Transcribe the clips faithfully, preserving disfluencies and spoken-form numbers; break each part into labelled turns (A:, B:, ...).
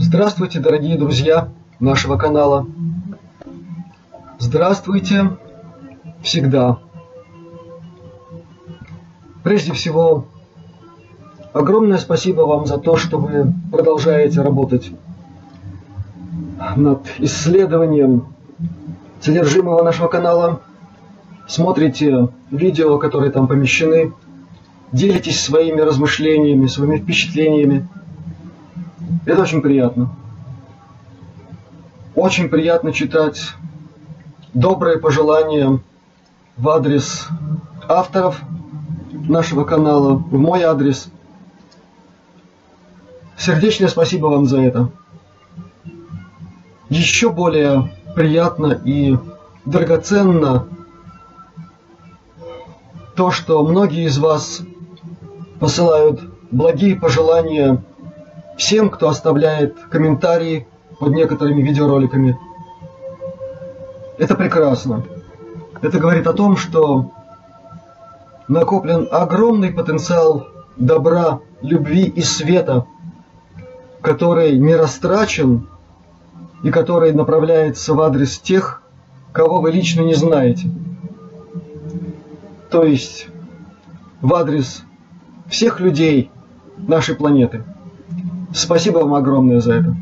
A: Здравствуйте, дорогие друзья нашего канала. Здравствуйте всегда. Прежде всего, огромное спасибо вам за то, что вы продолжаете работать над исследованием содержимого нашего канала, смотрите видео, которые там помещены, делитесь своими размышлениями, своими впечатлениями. Это очень приятно. Очень приятно читать добрые пожелания в адрес авторов нашего канала, в мой адрес. Сердечное спасибо вам за это. Еще более приятно и драгоценно то, что многие из вас посылают благие пожелания всем, кто оставляет комментарии под некоторыми видеороликами. Это прекрасно. Это говорит о том, что накоплен огромный потенциал добра, любви и света, который не растрачен и который направляется в адрес тех, кого вы лично не знаете. То есть в адрес всех людей нашей планеты. Спасибо вам огромное за это.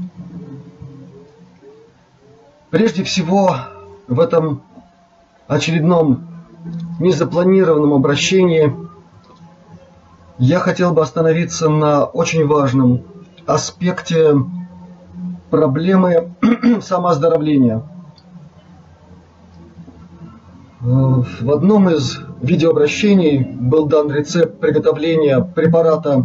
A: Прежде всего, в этом очередном незапланированном обращении я хотел бы остановиться на очень важном аспекте проблемы самооздоровления. В одном из видеообращений был дан рецепт приготовления препарата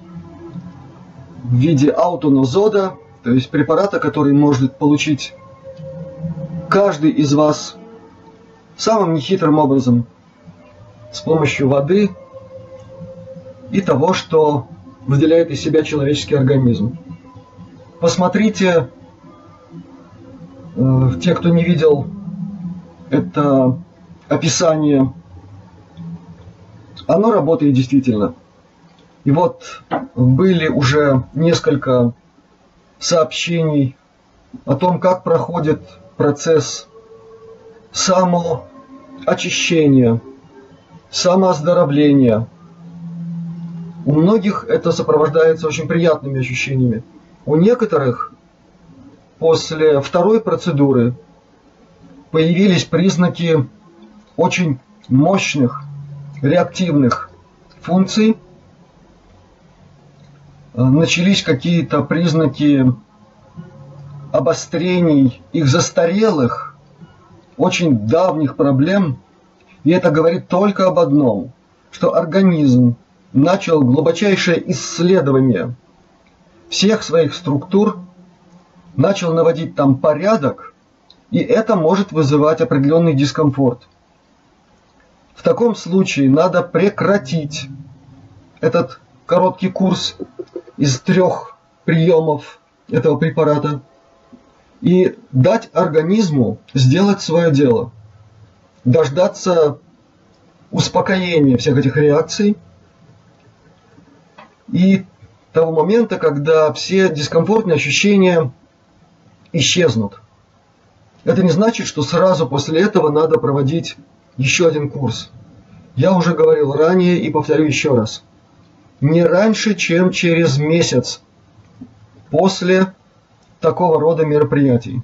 A: в виде аутонозода, то есть препарата, который может получить каждый из вас самым нехитрым образом с помощью воды и того, что выделяет из себя человеческий организм. Посмотрите, э, те, кто не видел это описание, оно работает действительно. И вот были уже несколько сообщений о том, как проходит процесс самоочищения, самооздоровления. У многих это сопровождается очень приятными ощущениями. У некоторых после второй процедуры появились признаки очень мощных реактивных функций. Начались какие-то признаки обострений их застарелых, очень давних проблем. И это говорит только об одном, что организм начал глубочайшее исследование всех своих структур, начал наводить там порядок, и это может вызывать определенный дискомфорт. В таком случае надо прекратить этот короткий курс из трех приемов этого препарата и дать организму сделать свое дело, дождаться успокоения всех этих реакций и того момента, когда все дискомфортные ощущения исчезнут. Это не значит, что сразу после этого надо проводить еще один курс. Я уже говорил ранее и повторю еще раз. Не раньше, чем через месяц после такого рода мероприятий.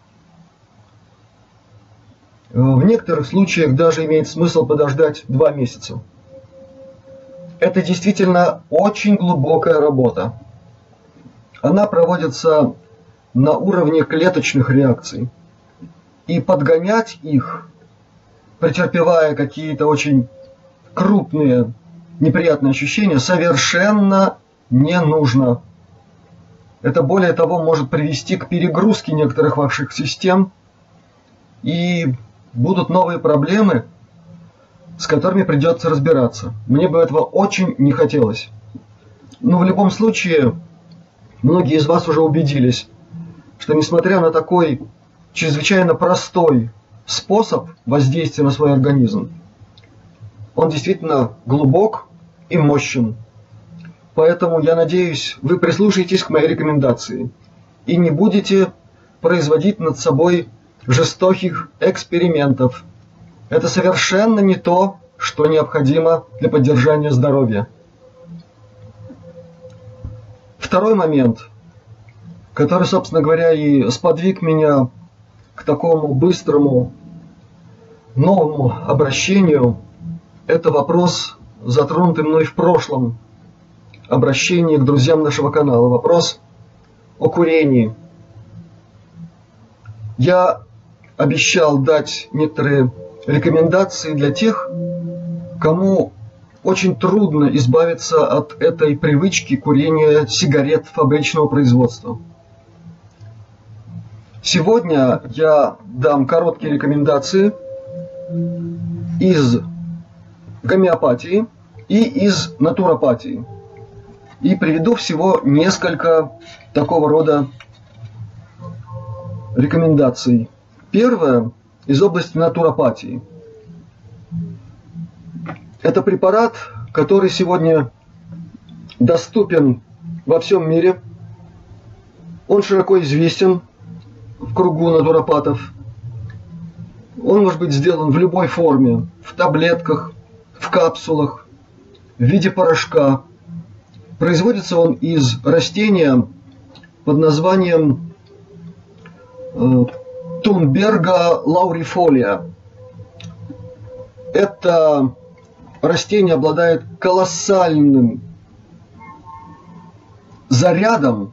A: В некоторых случаях даже имеет смысл подождать два месяца. Это действительно очень глубокая работа. Она проводится на уровне клеточных реакций. И подгонять их, претерпевая какие-то очень крупные неприятные ощущения, совершенно не нужно. Это, более того, может привести к перегрузке некоторых ваших систем, и будут новые проблемы, с которыми придется разбираться. Мне бы этого очень не хотелось. Но в любом случае, многие из вас уже убедились, что несмотря на такой чрезвычайно простой способ воздействия на свой организм, он действительно глубок и мощен. Поэтому я надеюсь, вы прислушаетесь к моей рекомендации и не будете производить над собой жестоких экспериментов. Это совершенно не то, что необходимо для поддержания здоровья. Второй момент, который, собственно говоря, и сподвиг меня к такому быстрому новому обращению, это вопрос, затронутый мной в прошлом обращении к друзьям нашего канала, вопрос о курении. Я обещал дать некоторые рекомендации для тех, кому очень трудно избавиться от этой привычки курения сигарет фабричного производства. Сегодня я дам короткие рекомендации из гомеопатии и из натуропатии. И приведу всего несколько такого рода рекомендаций. Первое из области натуропатии. Это препарат, который сегодня доступен во всем мире. Он широко известен в кругу натуропатов. Он может быть сделан в любой форме, в таблетках, в капсулах, в виде порошка. Производится он из растения под названием э, Тунберга лаурифолия. Это растение обладает колоссальным зарядом,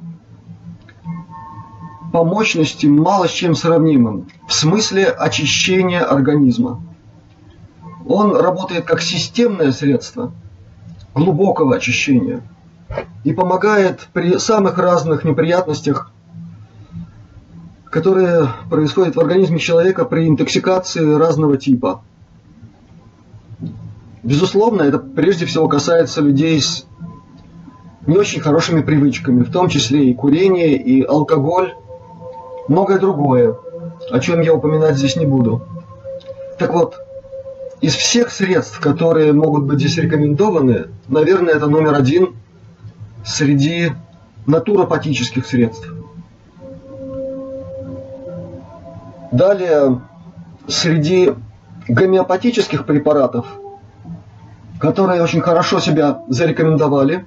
A: по мощности мало с чем сравнимым, в смысле очищения организма. Он работает как системное средство глубокого очищения и помогает при самых разных неприятностях, которые происходят в организме человека при интоксикации разного типа. Безусловно, это прежде всего касается людей с не очень хорошими привычками, в том числе и курение, и алкоголь, многое другое, о чем я упоминать здесь не буду. Так вот, из всех средств, которые могут быть здесь рекомендованы, наверное, это номер один среди натуропатических средств. Далее, среди гомеопатических препаратов, которые очень хорошо себя зарекомендовали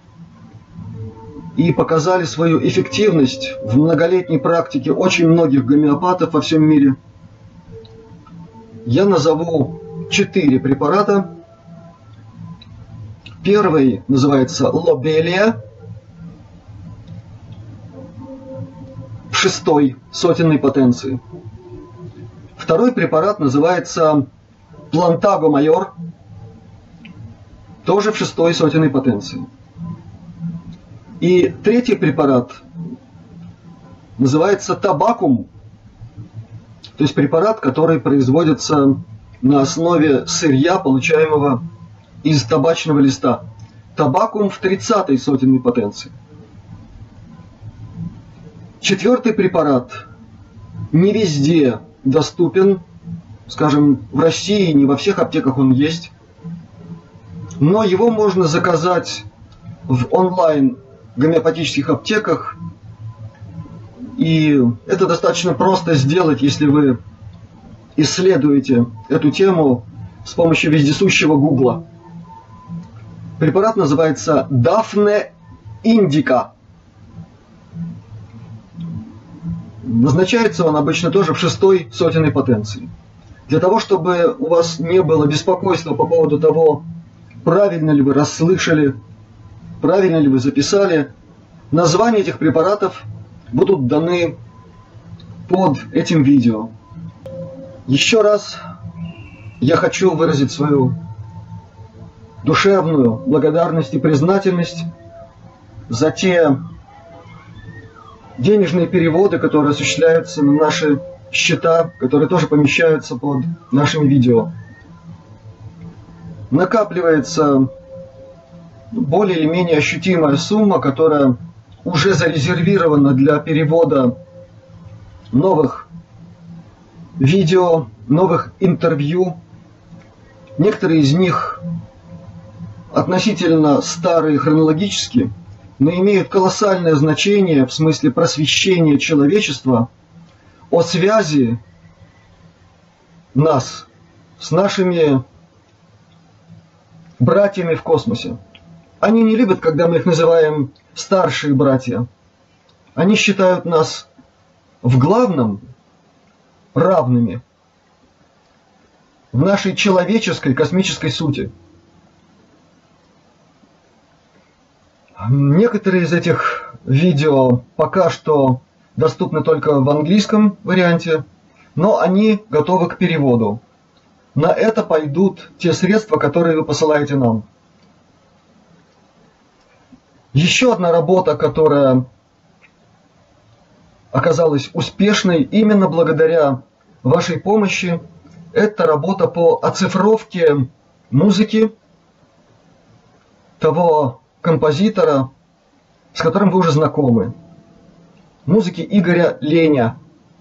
A: и показали свою эффективность в многолетней практике очень многих гомеопатов во всем мире, я назову четыре препарата. Первый называется лобелия в шестой сотенной потенции. Второй препарат называется плантаго майор, тоже в шестой сотенной потенции. И третий препарат называется табакум, то есть препарат, который производится на основе сырья, получаемого из табачного листа. Табакум в тридцатой сотенной потенции. Четвертый препарат не везде доступен, скажем, в России не во всех аптеках он есть, но его можно заказать в онлайн гомеопатических аптеках, и это достаточно просто сделать, если вы исследуете эту тему с помощью вездесущего гугла. Препарат называется Дафне Индика. Назначается он обычно тоже в шестой сотенной потенции. Для того, чтобы у вас не было беспокойства по поводу того, правильно ли вы расслышали, правильно ли вы записали, названия этих препаратов будут даны под этим видео. Еще раз я хочу выразить свою душевную благодарность и признательность за те денежные переводы, которые осуществляются на наши счета, которые тоже помещаются под нашими видео. Накапливается более или менее ощутимая сумма, которая уже зарезервирована для перевода новых видео, новых интервью. Некоторые из них относительно старые хронологически, но имеют колоссальное значение в смысле просвещения человечества о связи нас с нашими братьями в космосе. Они не любят, когда мы их называем старшие братья. Они считают нас в главном равными в нашей человеческой космической сути. Некоторые из этих видео пока что доступны только в английском варианте, но они готовы к переводу. На это пойдут те средства, которые вы посылаете нам. Еще одна работа, которая оказалась успешной именно благодаря вашей помощи, это работа по оцифровке музыки того композитора, с которым вы уже знакомы. Музыки Игоря Леня,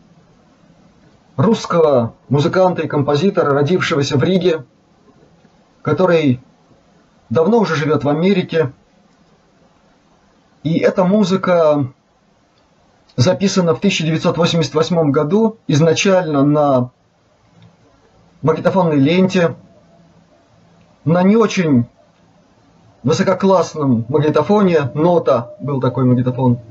A: русского музыканта и композитора, родившегося в Риге, который давно уже живет в Америке. И эта музыка записана в тысяча девятьсот восемьдесят восьмом году изначально на магнитофонной ленте, на не очень высококлассном магнитофоне, нота был такой магнитофон.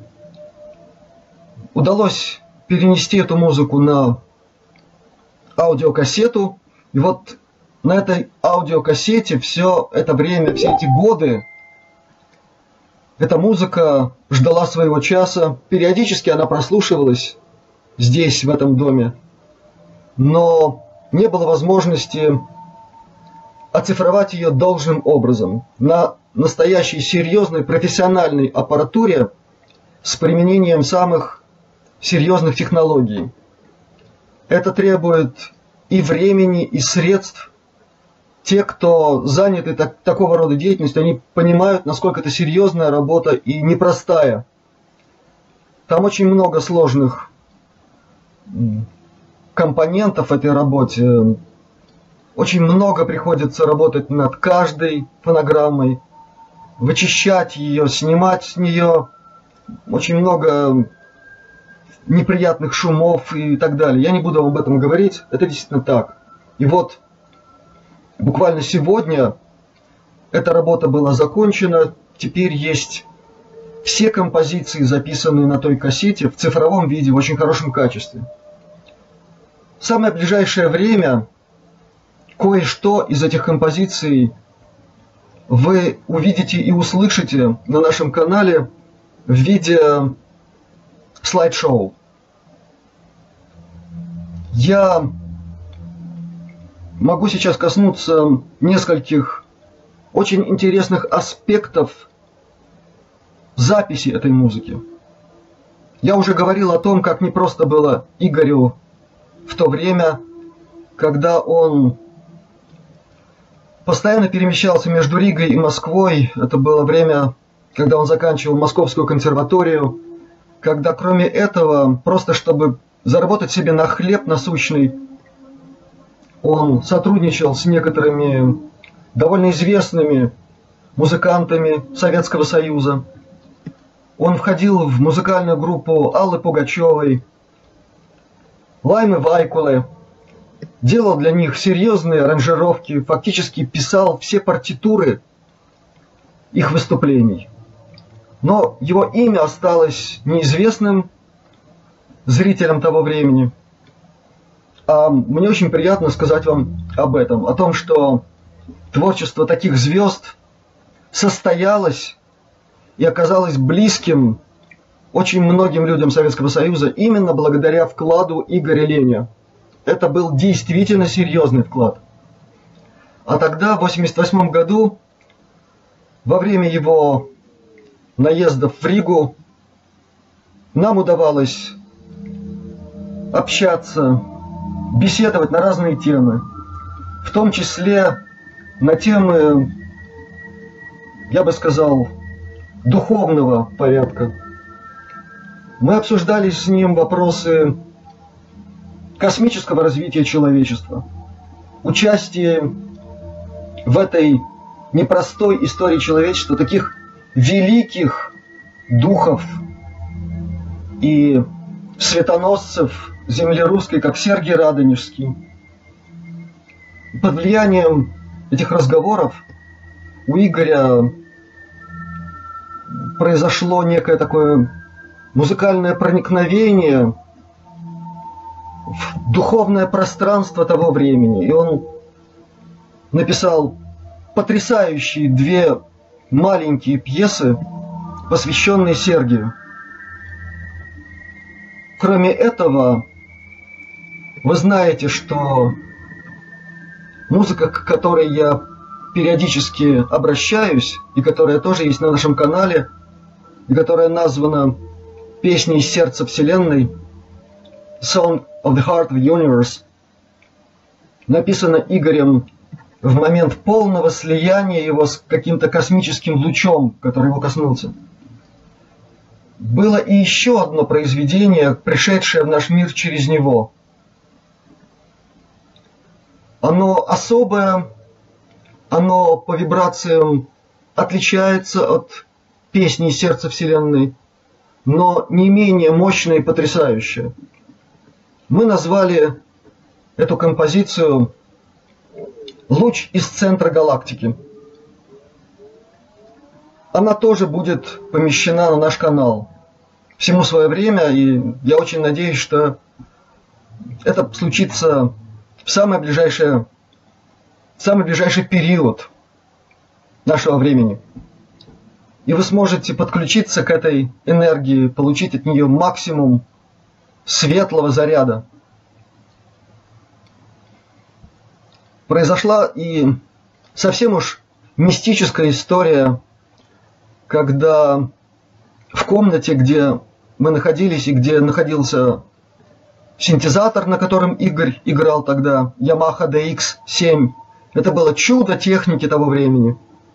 A: Удалось перенести эту музыку на аудиокассету, и вот на этой аудиокассете все это время, все эти годы эта музыка ждала своего часа. Периодически она прослушивалась здесь, в этом доме, но не было возможности оцифровать ее должным образом на настоящей серьезной профессиональной аппаратуре с применением самых серьезных технологий. Это требует и времени, и средств. Те, кто заняты так, такого рода деятельностью, они понимают, насколько это серьезная работа и непростая. Там очень много сложных компонентов в этой работе. Очень много приходится работать над каждой фонограммой, вычищать ее, снимать с нее. Очень много неприятных шумов и так далее. Я не буду об этом говорить, это действительно так. И вот буквально сегодня эта работа была закончена, теперь есть все композиции, записанные на той кассете, в цифровом виде, в очень хорошем качестве. В самое ближайшее время кое-что из этих композиций вы увидите и услышите на нашем канале в виде слайд-шоу. Я могу сейчас коснуться нескольких очень интересных аспектов записи этой музыки. Я уже говорил о том, как непросто было Игорю в то время, когда он постоянно перемещался между Ригой и Москвой. Это было время, когда он заканчивал Московскую консерваторию, когда кроме этого, просто чтобы заработать себе на хлеб насущный, он сотрудничал с некоторыми довольно известными музыкантами Советского Союза. Он входил в музыкальную группу Аллы Пугачевой, Лаймы Вайкулы, делал для них серьезные аранжировки, фактически писал все партитуры их выступлений. Но его имя осталось неизвестным зрителям того времени. А мне очень приятно сказать вам об этом, о том, что творчество таких звезд состоялось и оказалось близким очень многим людям Советского Союза именно благодаря вкладу Игоря Леня. Это был действительно серьезный вклад. А тогда, в восемьдесят восьмом году, во время его наездов в Ригу, нам удавалось общаться, беседовать на разные темы, в том числе на темы, я бы сказал, духовного порядка. Мы обсуждали с ним вопросы космического развития человечества, участие в этой непростой истории человечества таких великих духов и светоносцев земли русской, как Сергий Радонежский. Под влиянием этих разговоров у Игоря произошло некое такое музыкальное проникновение в духовное пространство того времени. И он написал потрясающие две маленькие пьесы, посвященные Сергию. Кроме этого, вы знаете, что музыка, к которой я периодически обращаюсь, и которая тоже есть на нашем канале, и которая названа «Песней из сердца Вселенной», «Song of the Heart of the Universe», написана Игорем в момент полного слияния его с каким-то космическим лучом, который его коснулся. Было и еще одно произведение, пришедшее в наш мир через него. Оно особое, оно по вибрациям отличается от песни из сердца Вселенной, но не менее мощное и потрясающее. Мы назвали эту композицию «Луч из центра галактики». Она тоже будет помещена на наш канал. Всему свое время, и я очень надеюсь, что это случится в самое ближайшее, в самый ближайший период нашего времени. И вы сможете подключиться к этой энергии, получить от нее максимум светлого заряда. Произошла и совсем уж мистическая история, когда в комнате, где мы находились и где находился синтезатор, на котором Игорь играл тогда, Yamaha ди икс семь, это было чудо техники того времени.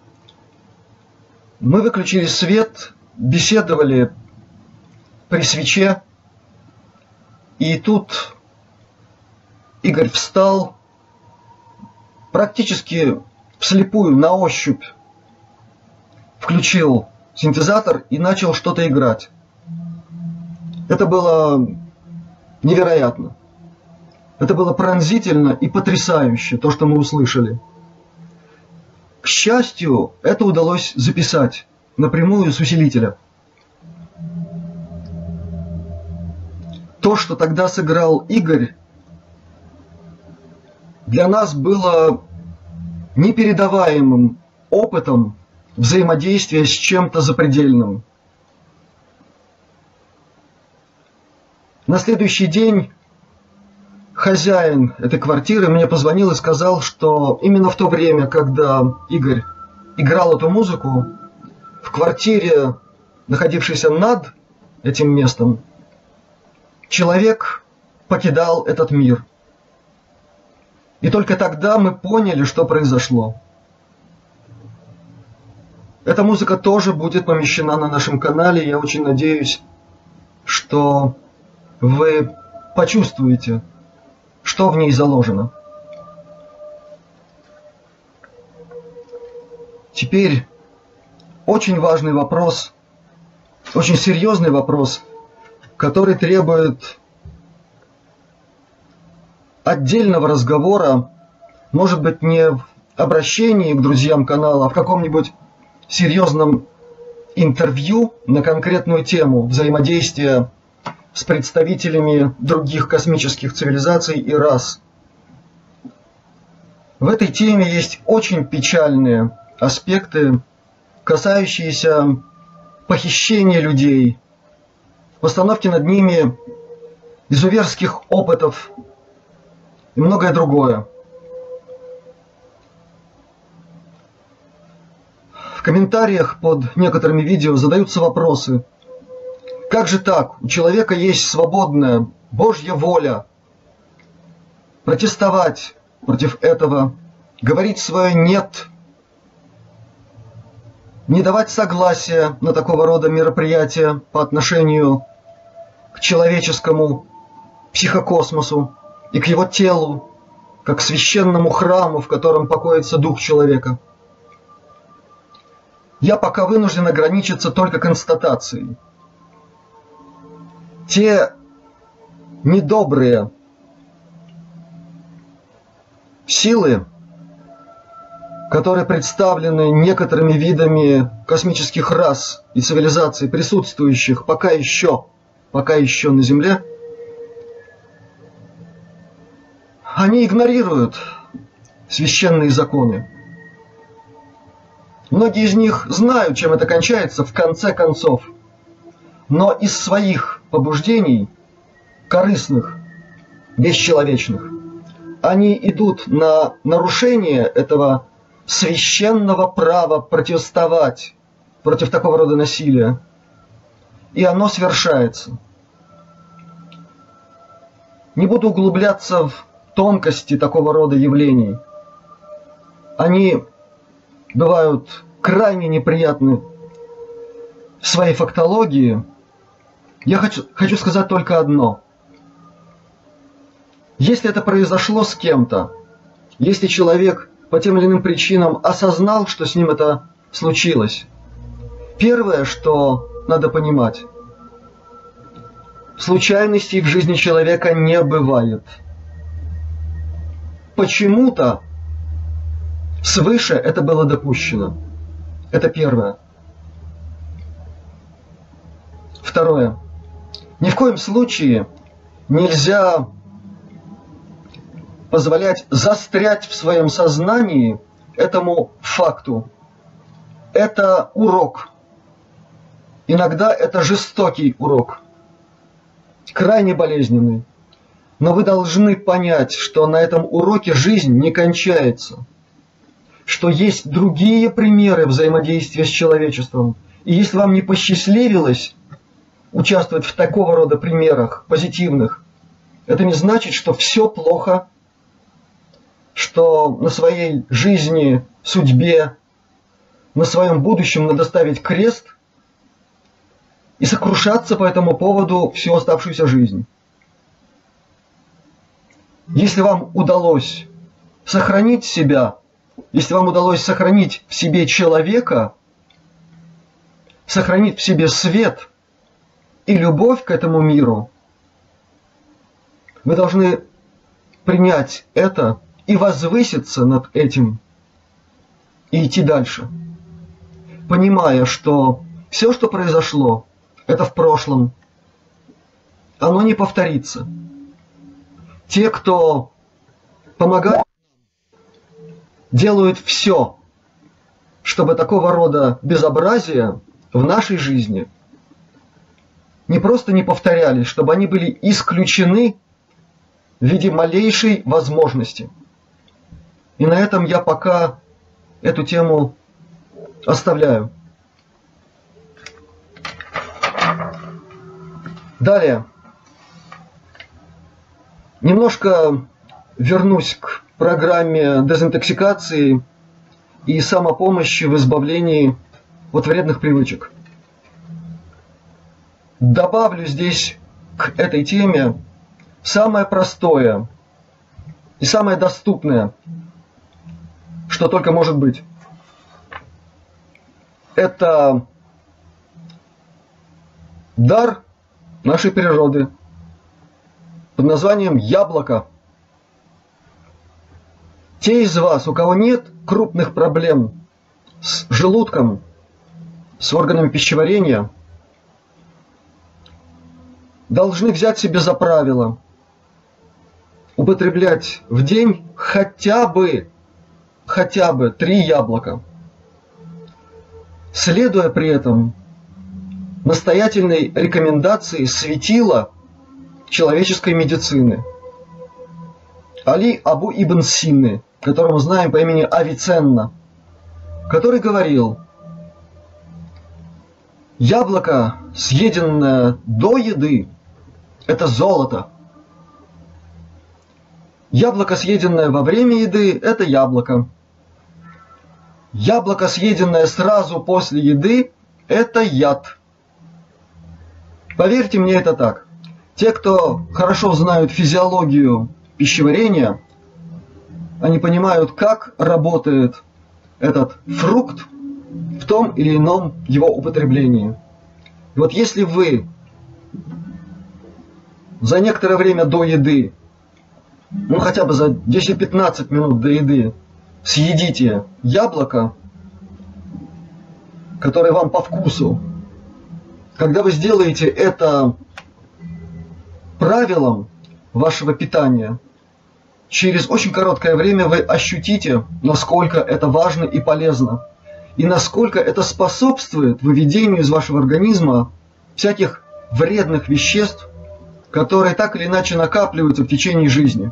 A: Мы выключили свет, беседовали при свече, и тут Игорь встал, практически вслепую, на ощупь, включил синтезатор и начал что-то играть. Это было невероятно. Это было пронзительно и потрясающе, то, что мы услышали. К счастью, это удалось записать напрямую с усилителя. То, что тогда сыграл Игорь, для нас было непередаваемым опытом взаимодействия с чем-то запредельным. На следующий день хозяин этой квартиры мне позвонил и сказал, что именно в то время, когда Игорь играл эту музыку, в квартире, находившейся над этим местом, человек покидал этот мир. И только тогда мы поняли, что произошло. Эта музыка тоже будет помещена на нашем канале. Я очень надеюсь, что вы почувствуете, что в ней заложено. Теперь очень важный вопрос, очень серьезный вопрос, который требует отдельного разговора, может быть, не в обращении к друзьям канала, а в каком-нибудь серьезном интервью на конкретную тему взаимодействия с представителями других космических цивилизаций и рас. В этой теме есть очень печальные аспекты, касающиеся похищения людей, постановки над ними изуверских опытов и многое другое. В комментариях под некоторыми видео задаются вопросы. Как же так? У человека есть свободная Божья воля протестовать против этого, говорить свое «нет», не давать согласия на такого рода мероприятия по отношению к человеческому психокосмосу и к его телу, как к священному храму, в котором покоится дух человека. я пока вынужден ограничиться только констатацией. Те недобрые силы, которые представлены некоторыми видами космических рас и цивилизаций, присутствующих пока еще, пока еще на Земле, они игнорируют священные законы. Многие из них знают, чем это кончается в конце концов, но из своих побуждений, корыстных, бесчеловечных, они идут на нарушение этого священного права противостоять против такого рода насилия. И оно совершается. Не буду углубляться в тонкости такого рода явлений. Они бывают крайне неприятны в своей фактологии. Я хочу, хочу сказать только одно. Если это произошло с кем-то, если человек по тем или иным причинам осознал, что с ним это случилось, первое, что надо понимать, случайностей в жизни человека не бывает. Почему-то свыше это было допущено. Это первое. Второе. Ни в коем случае нельзя позволять застрять в своем сознании этому факту. Это урок. Иногда это жестокий урок, крайне болезненный. Но вы должны понять, что на этом уроке жизнь не кончается, что есть другие примеры взаимодействия с человечеством. И если вам не посчастливилось участвовать в такого рода примерах позитивных, это не значит, что все плохо, что на своей жизни, судьбе, на своем будущем надо ставить крест и сокрушаться по этому поводу всю оставшуюся жизнь. Если вам удалось сохранить себя, если вам удалось сохранить в себе человека, сохранить в себе свет и любовь к этому миру, вы должны принять это и возвыситься над этим, и идти дальше, понимая, что все, что произошло, это в прошлом, оно не повторится. Те, кто помогает, делают все, чтобы такого рода безобразия в нашей жизни не просто не повторялись, чтобы они были исключены в виде малейшей возможности. И на этом я пока эту тему оставляю. Далее. Немножко вернусь к программе дезинтоксикации и самопомощи в избавлении от вредных привычек. Добавлю здесь к этой теме самое простое и самое доступное, что только может быть. Это дар нашей природы под названием яблоко. Те из вас, у кого нет крупных проблем с желудком, с органами пищеварения, должны взять себе за правило употреблять в день хотя бы, хотя бы три яблока, следуя при этом настоятельной рекомендации светила человеческой медицины Али Абу ибн Синны, которого мы знаем по имени Авиценна, который говорил: яблоко, съеденное до еды, это золото. Яблоко, съеденное во время еды, это яблоко. Яблоко, съеденное сразу после еды, это яд. Поверьте мне, это так. Те, кто хорошо знают физиологию пищеварения, они понимают, как работает этот фрукт в том или ином его употреблении. И вот если вы за некоторое время до еды, ну хотя бы за десять-пятнадцать минут до еды, съедите яблоко, которое вам по вкусу, когда вы сделаете это правилом вашего питания, через очень короткое время вы ощутите, насколько это важно и полезно, и насколько это способствует выведению из вашего организма всяких вредных веществ, которые так или иначе накапливаются в течение жизни.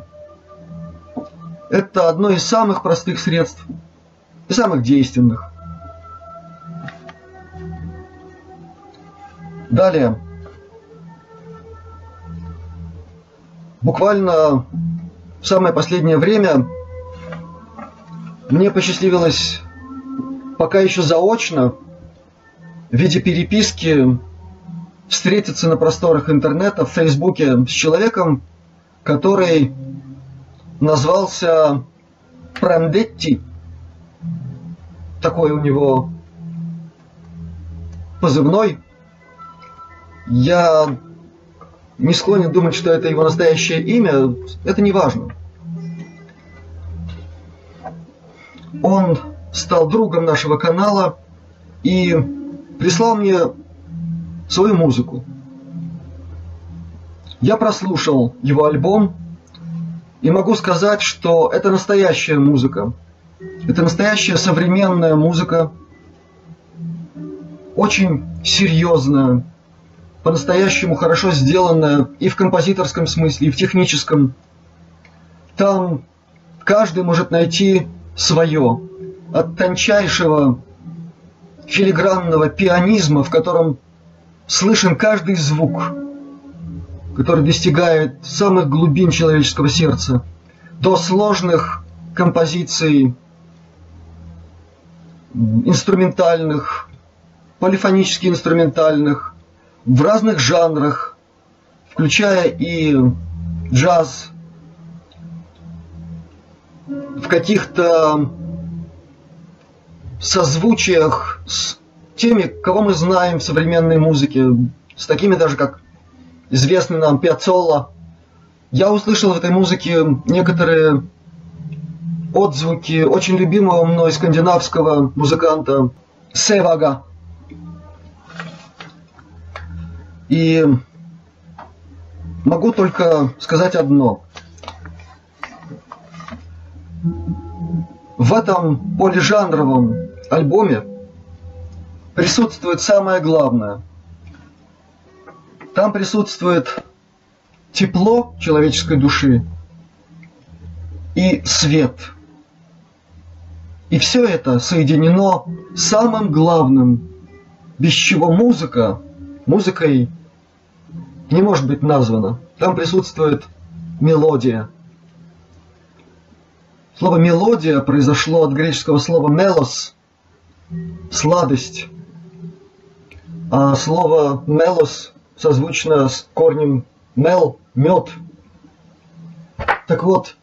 A: Это одно из самых простых средств и самых действенных. Далее. Буквально в самое последнее время мне посчастливилось пока еще заочно в виде переписки встретиться на просторах интернета, в Фейсбуке с человеком, который назвался Прандетти. Такой у него позывной. Я не склонен думать, что это его настоящее имя. Это не важно. Он стал другом нашего канала и прислал мне свою музыку. Я прослушал его альбом и могу сказать, что это настоящая музыка. Это настоящая современная музыка, очень серьезная, по-настоящему хорошо сделанная и в композиторском смысле, и в техническом. Там каждый может найти свое, от тончайшего филигранного пианизма, в котором слышен каждый звук, который достигает самых глубин человеческого сердца, до сложных композиций инструментальных, полифонически инструментальных, в разных жанрах, включая и джаз, в каких-то созвучиях с теми, кого мы знаем в современной музыке, с такими даже, как известный нам Пиаццолла. Я услышал в этой музыке некоторые отзвуки очень любимого мной скандинавского музыканта Севага. И могу только сказать одно. В этом полижанровом альбоме присутствует самое главное. Там присутствует тепло человеческой души и свет. И все это соединено самым главным, без чего музыка музыкой не может быть названа. Там присутствует мелодия. Слово «мелодия» произошло от греческого слова «мелос» – сладость. А слово «мелос» созвучно с корнем «мел» – мед. Так вот,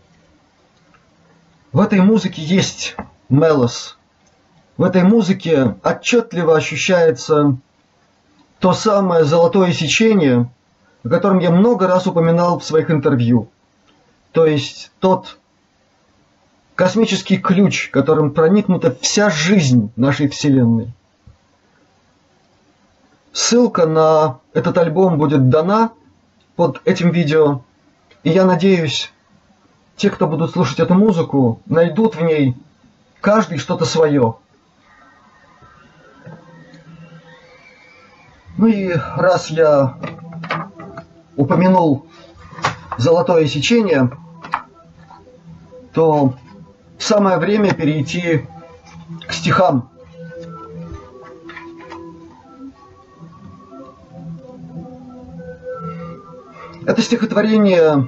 A: в этой музыке есть мелос. В этой музыке отчетливо ощущается то самое золотое сечение, о котором я много раз упоминал в своих интервью. То есть тот космический ключ, которым проникнута вся жизнь нашей Вселенной. Ссылка на этот альбом будет дана под этим видео, и я надеюсь, те, кто будут слушать эту музыку, найдут в ней каждый что-то свое. Ну и раз я упомянул золотое сечение, то самое время перейти к стихам. Это стихотворение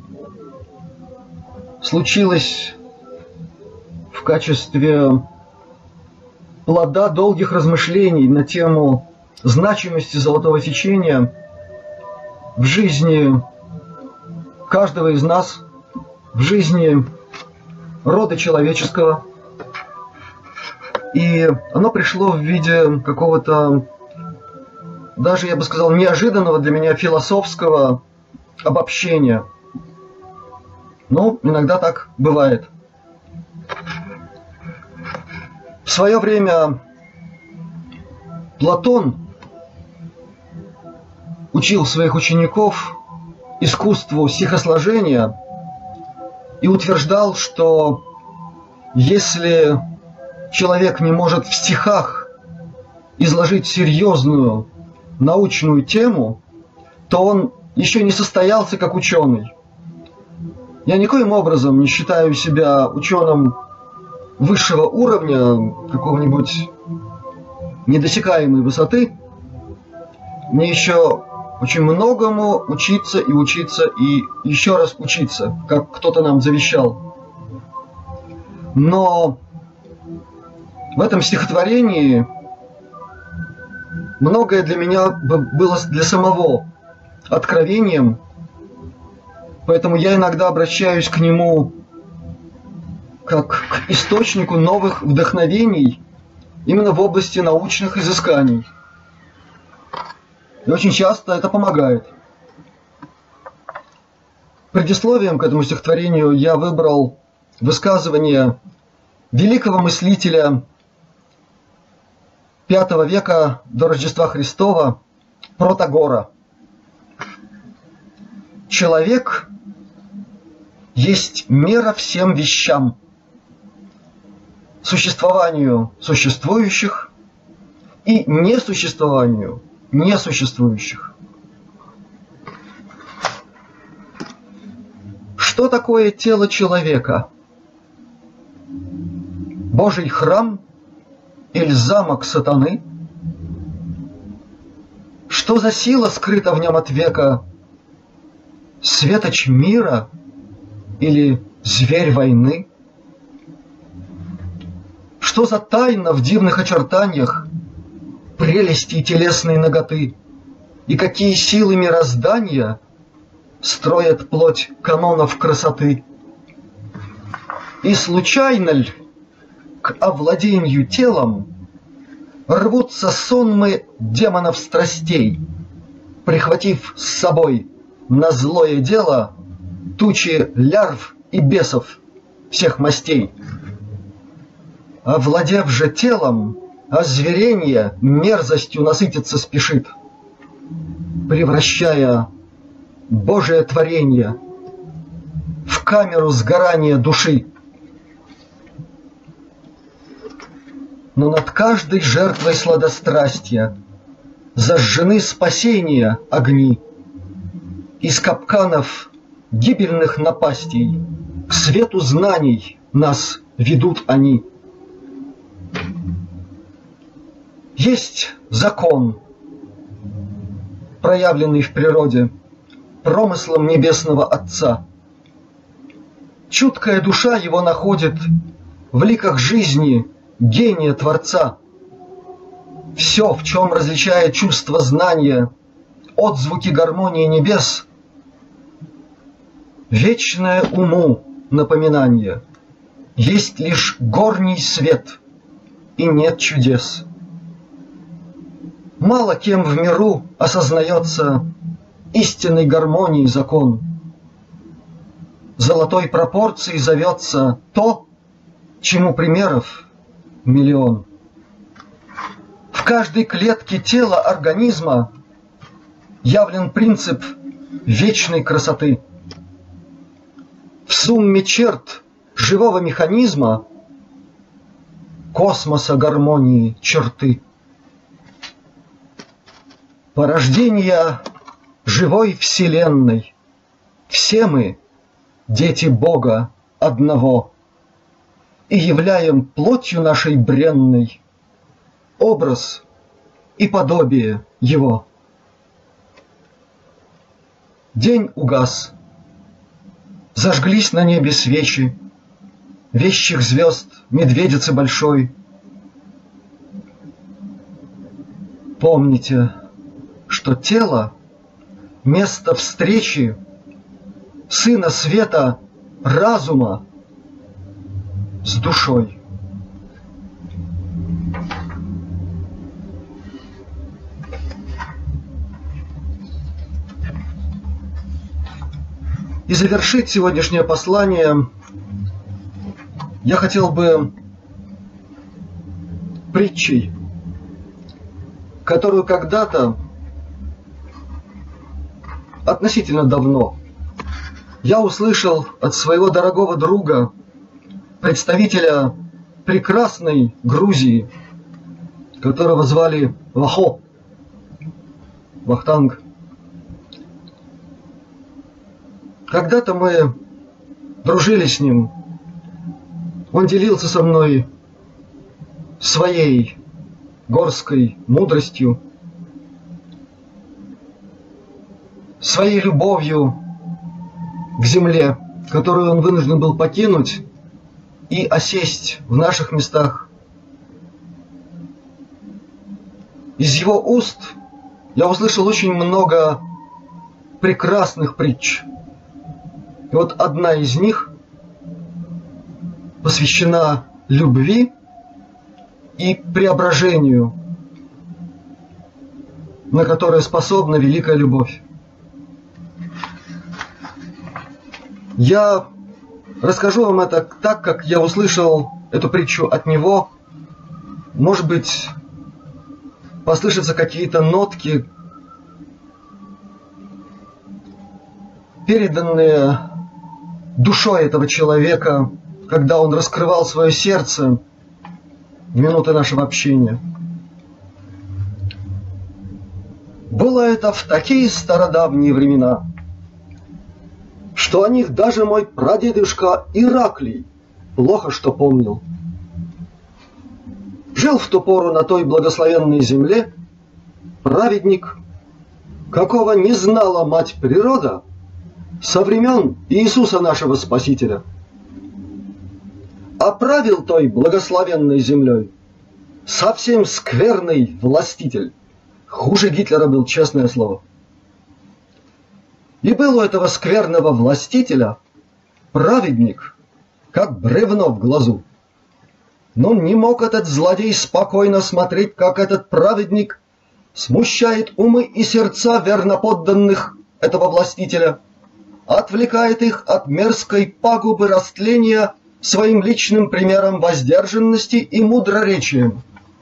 A: случилось в качестве плода долгих размышлений на тему значимости золотого сечения в жизни каждого из нас, в жизни рода человеческого. И оно пришло в виде какого-то, даже, я бы сказал, неожиданного для меня философского обобщения. Ну, иногда так бывает. В свое время Платон учил своих учеников искусству стихосложения и утверждал, что если человек не может в стихах изложить серьезную научную тему, то он еще не состоялся как ученый. Я никоим образом не считаю себя ученым высшего уровня, какого-нибудь недосягаемой высоты. Мне еще очень многому учиться и учиться и еще раз учиться, как кто-то нам завещал. Но в этом стихотворении многое для меня было для самого откровением, поэтому я иногда обращаюсь к нему как к источнику новых вдохновений именно в области научных изысканий. И очень часто это помогает. Предисловием к этому стихотворению я выбрал высказывание великого мыслителя пятого века до Рождества Христова Протагора. Человек есть мера всем вещам, существованию существующих и несуществованию несуществующих. Что такое тело человека? Божий храм или замок сатаны? Что за сила скрыта в нем от века? Светоч мира или зверь войны? Что за тайна в дивных очертаниях прелести телесной наготы? И какие силы мироздания строят плоть канонов красоты? И случайно ль к овладению телом рвутся сонмы демонов страстей, прихватив с собой на злое дело тучи лярв и бесов всех мастей? Овладев же телом, озверенье мерзостью насытиться спешит, превращая Божие творение в камеру сгорания души. Но над каждой жертвой сладострастия зажжены спасения огни. Из капканов гибельных напастей к свету знаний нас ведут они. Есть закон, проявленный в природе промыслом небесного Отца. Чуткая душа его находит в ликах жизни гения Творца. Все, в чем различает чувство знания, отзвуки гармонии небес, вечное уму напоминание, есть лишь горний свет и нет чудес. Мало кем в миру осознается истинной гармонии закон. Золотой пропорцией зовется то, чему примеров миллион. В каждой клетке тела организма явлен принцип вечной красоты. В сумме черт живого механизма космоса гармонии черты. Порождение живой вселенной. Все мы дети Бога одного и являем плотью нашей бренной образ и подобие Его. День угас. Зажглись на небе свечи, вещих звезд, медведицы большой. Помните, что тело — место встречи Сына Света, разума с душой. И завершить сегодняшнее послание я хотел бы притчей, которую когда-то, относительно давно, я услышал от своего дорогого друга, представителя прекрасной Грузии, которого звали Вахо, Вахтанг. Когда-то мы дружили с ним, он делился со мной своей горской мудростью, своей любовью к земле, которую он вынужден был покинуть и осесть в наших местах. Из его уст я услышал очень много прекрасных притч. И вот одна из них посвящена любви и преображению, на которое способна великая любовь. Я расскажу вам это так, как я услышал эту притчу от него. Может быть, послышатся какие-то нотки, переданные душой этого человека, когда он раскрывал свое сердце в минуты нашего общения. Было это в такие стародавние времена, что о них даже мой прадедушка Ираклий плохо что помнил. Жил в ту пору на той благословенной земле праведник, какого не знала мать природа со времен Иисуса нашего Спасителя. А правил той благословенной землей совсем скверный властитель. Хуже Гитлера был, честное слово. И был у этого скверного властителя праведник, как бревно в глазу. Но не мог этот злодей спокойно смотреть, как этот праведник смущает умы и сердца верноподданных этого властителя, отвлекает их от мерзкой пагубы растления своим личным примером воздержанности и мудроречием.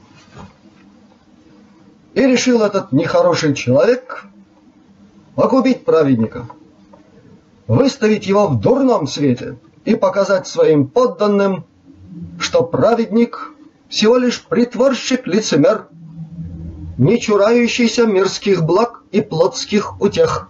A: И решил этот нехороший человек погубить праведника, выставить его в дурном свете и показать своим подданным, что праведник всего лишь притворщик-лицемер, не чурающийся мирских благ и плотских утех.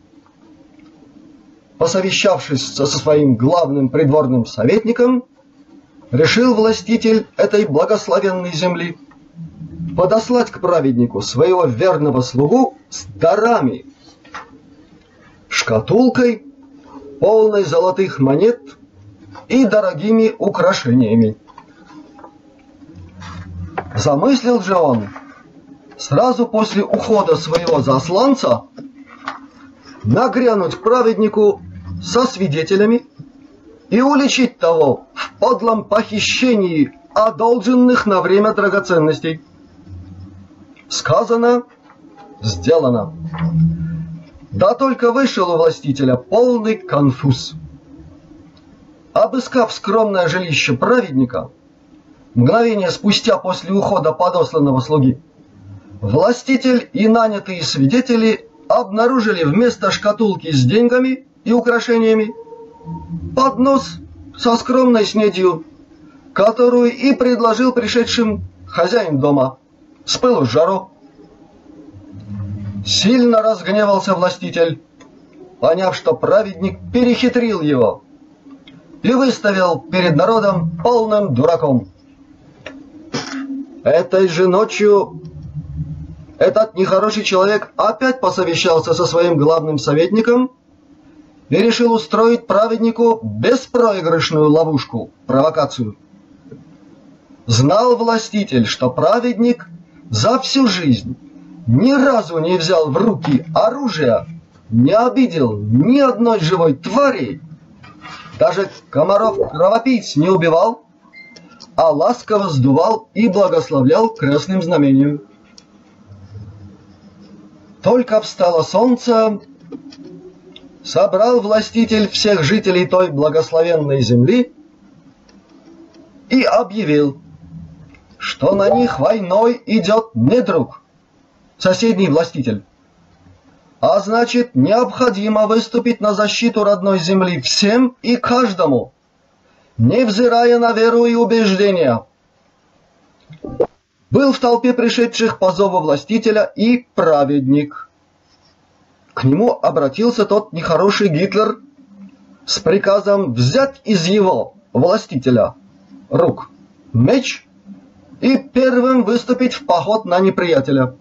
A: Посовещавшись со своим главным придворным советником, решил властитель этой благословенной земли подослать к праведнику своего верного слугу с дарами, шкатулкой, полной золотых монет и дорогими украшениями. Замыслил же он сразу после ухода своего засланца нагрянуть к праведнику со свидетелями и уличить того в подлом похищении одолженных на время драгоценностей. Сказано, сделано. Да только вышел у властителя полный конфуз. Обыскав скромное жилище праведника, мгновение спустя после ухода подосланного слуги, властитель и нанятые свидетели обнаружили вместо шкатулки с деньгами и украшениями поднос со скромной снедью, которую и предложил пришедшим хозяин дома с пылу с жару. Сильно разгневался властитель, поняв, что праведник перехитрил его, и выставил перед народом полным дураком. Этой же ночью этот нехороший человек опять посовещался со своим главным советником и решил устроить праведнику беспроигрышную ловушку, провокацию. Знал властитель, что праведник за всю жизнь ни разу не взял в руки оружие, не обидел ни одной живой твари, даже комаров-кровопийц не убивал, а ласково сдувал и благословлял крестным знамением. Только встало солнце, собрал властитель всех жителей той благословенной земли и объявил, что на них войной идет недруг, соседний властитель, а значит, необходимо выступить на защиту родной земли всем и каждому, невзирая на веру и убеждения. Был в толпе пришедших по зову властителя и праведник. К нему обратился тот нехороший Гитлер с приказом взять из его, властителя, рук меч и первым выступить в поход на неприятеля.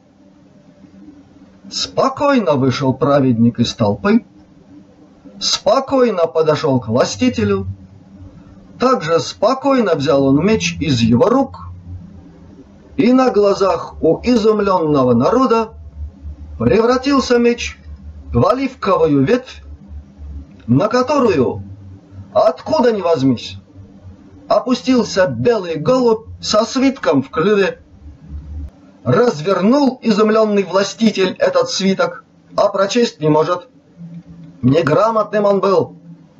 A: Спокойно вышел праведник из толпы, спокойно подошел к властителю, также спокойно взял он меч из его рук, и на глазах у изумленного народа превратился меч в оливковую ветвь, на которую, откуда ни возьмись, опустился белый голубь со свитком в клюве. Развернул изумленный властитель этот свиток, а прочесть не может. Неграмотным он был.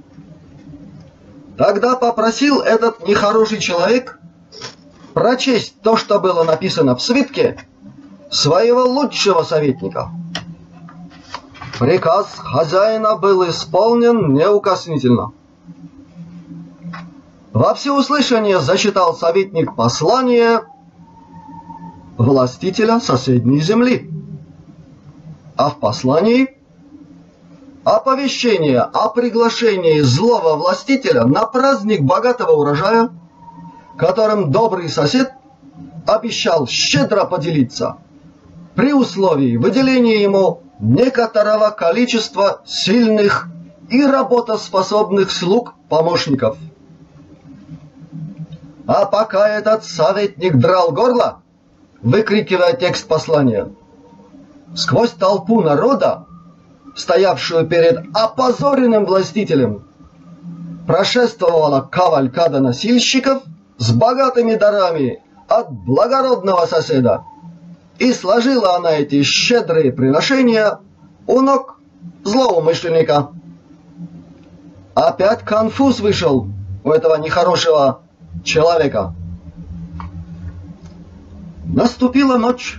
A: Тогда попросил этот нехороший человек прочесть то, что было написано в свитке, своего лучшего советника. Приказ хозяина был исполнен неукоснительно. Во всеуслышание зачитал советник послание властителя соседней земли. А в послании оповещение о приглашении злого властителя на праздник богатого урожая, которым добрый сосед обещал щедро поделиться, при условии выделения ему некоторого количества сильных и работоспособных слуг-помощников. А пока этот советник драл горло, выкрикивая текст послания, сквозь толпу народа, стоявшую перед опозоренным властителем, прошествовала кавалькада носильщиков с богатыми дарами от благородного соседа, и сложила она эти щедрые приношения у ног злоумышленника. Опять конфуз вышел у этого нехорошего человека. Наступила ночь,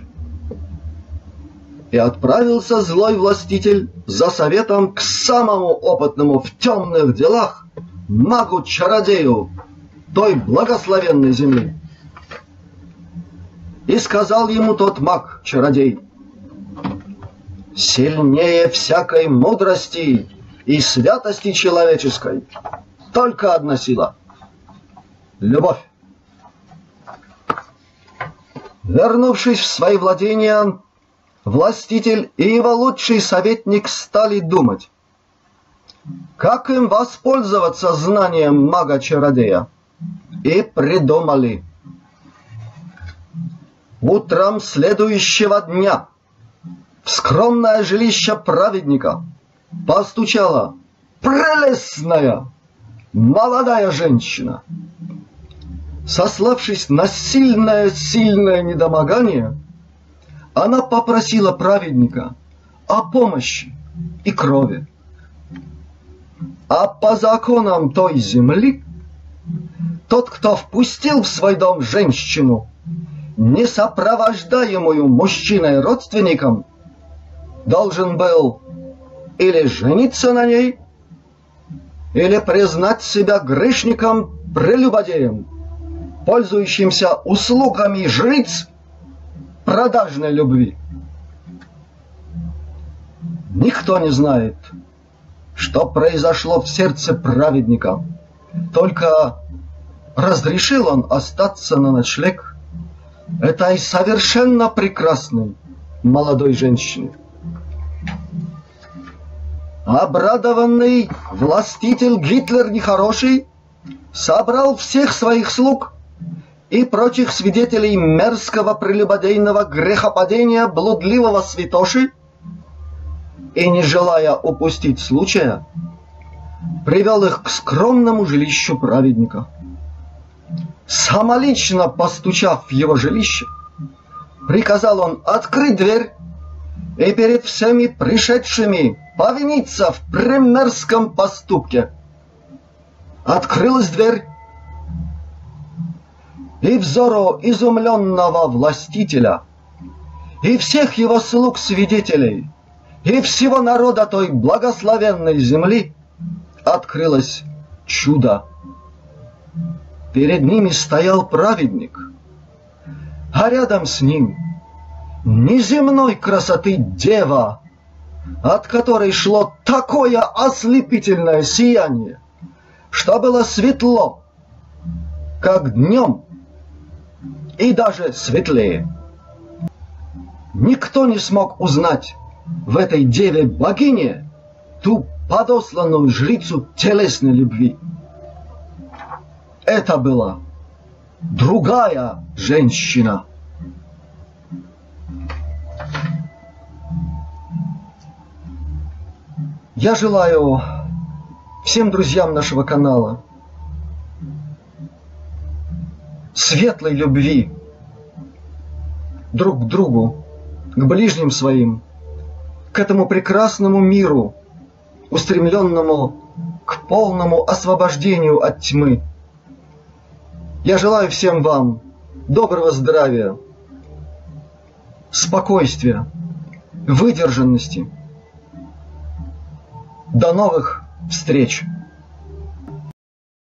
A: и отправился злой властитель за советом к самому опытному в темных делах магу-чародею той благословенной земли. И сказал ему тот маг-чародей: сильнее всякой мудрости и святости человеческой только одна сила — любовь. Вернувшись в свои владения, властитель и его лучший советник стали думать, как им воспользоваться знанием мага-чародея, и придумали. Утром следующего дня в скромное жилище праведника постучала прелестная молодая женщина. Сославшись на сильное-сильное недомогание, она попросила праведника о помощи и крови. А по законам той земли, тот, кто впустил в свой дом женщину, не сопровождаемую мужчиной-родственником, должен был или жениться на ней, или признать себя грешником-прелюбодеем, пользующимся услугами жриц продажной любви. Никто не знает, что произошло в сердце праведника, только разрешил он остаться на ночлег этой совершенно прекрасной молодой женщине. Обрадованный властитель Гитлер нехороший собрал всех своих слуг и прочих свидетелей мерзкого прелюбодейного грехопадения блудливого святоши и, не желая упустить случая, привел их к скромному жилищу праведника. Самолично постучав в его жилище, приказал он открыть дверь и перед всеми пришедшими повиниться в примерском поступке. Открылась дверь, и взору изумленного властителя, и всех его слуг-свидетелей, и всего народа той благословенной земли открылось чудо. Перед ними стоял праведник, а рядом с ним неземной красоты дева, от которой шло такое ослепительное сияние, что было светло, как днем, и даже светлее. Никто не смог узнать в этой деве-богине ту подосланную жрицу телесной любви. Это была другая женщина. Я желаю всем друзьям нашего канала светлой любви друг к другу, к ближним своим, к этому прекрасному миру, устремленному к полному освобождению от тьмы. Я желаю всем вам доброго здравия, спокойствия, выдержанности. До новых встреч!